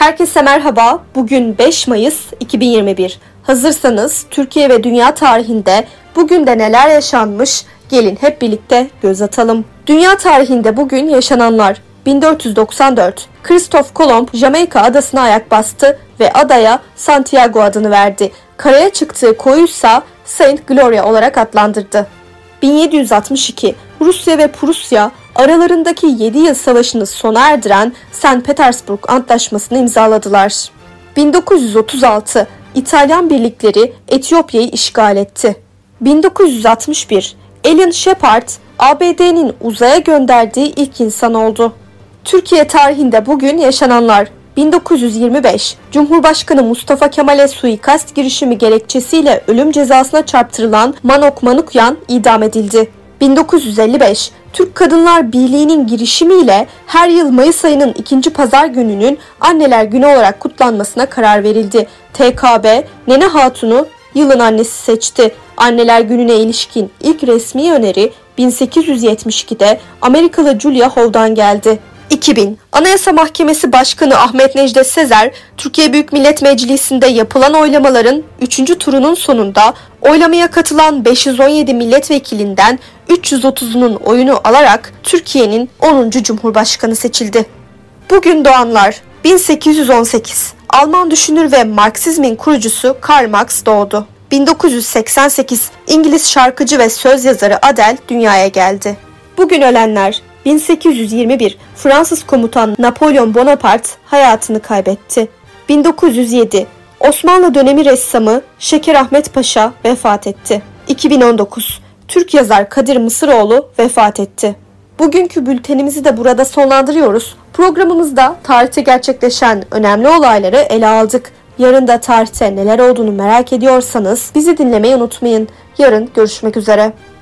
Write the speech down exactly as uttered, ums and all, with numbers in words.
Herkese merhaba. Bugün beş Mayıs iki bin yirmi bir. Hazırsanız Türkiye ve dünya tarihinde bugün de neler yaşanmış? Gelin hep birlikte göz atalım. Dünya tarihinde bugün yaşananlar: bin dört yüz doksan dört. Christoph Kolomb Jamaika adasına ayak bastı ve adaya Santiago adını verdi. Karaya çıktığı koyuysa Saint Gloria olarak adlandırdı. bin yedi yüz altmış iki. Rusya ve Prusya aralarındaki yedi yıl savaşını sona erdiren Saint Petersburg Antlaşması'nı imzaladılar. bin dokuz yüz otuz altı. İtalyan birlikleri Etiyopya'yı işgal etti. bin dokuz yüz altmış bir. Alan Shepard, A B D'nin uzaya gönderdiği ilk insan oldu. Türkiye tarihinde bugün yaşananlar: bin dokuz yüz yirmi beş. Cumhurbaşkanı Mustafa Kemal'e suikast girişimi gerekçesiyle ölüm cezasına çarptırılan Manok Manukyan idam edildi. bin dokuz yüz elli beş. Türk Kadınlar Birliği'nin girişimiyle her yıl Mayıs ayının ikinci pazar gününün Anneler Günü olarak kutlanmasına karar verildi. T K B, Nene Hatun'u yılın annesi seçti. Anneler Günü'ne ilişkin ilk resmi öneri bin sekiz yüz yetmiş ikide Amerikalı Julia Howe'dan geldi. iki bin. Anayasa Mahkemesi Başkanı Ahmet Necdet Sezer, Türkiye Büyük Millet Meclisi'nde yapılan oylamaların üçüncü turunun sonunda oylamaya katılan beş yüz on yedi milletvekilinden üç yüz otuzunun oyunu alarak Türkiye'nin onuncu Cumhurbaşkanı seçildi. Bugün doğanlar: bin sekiz yüz on sekiz. Alman düşünür ve Marksizmin kurucusu Karl Marx doğdu. bin dokuz yüz seksen sekiz. İngiliz şarkıcı ve söz yazarı Adele dünyaya geldi. Bugün ölenler: bin sekiz yüz yirmi bir. Fransız komutan Napolyon Bonaparte hayatını kaybetti. bin dokuz yüz yedi. Osmanlı dönemi ressamı Şeker Ahmet Paşa vefat etti. iki bin on dokuz. Türk yazar Kadir Mısıroğlu vefat etti. Bugünkü bültenimizi de burada sonlandırıyoruz. Programımızda tarihte gerçekleşen önemli olayları ele aldık. Yarın da tarihte neler olduğunu merak ediyorsanız bizi dinlemeyi unutmayın. Yarın görüşmek üzere.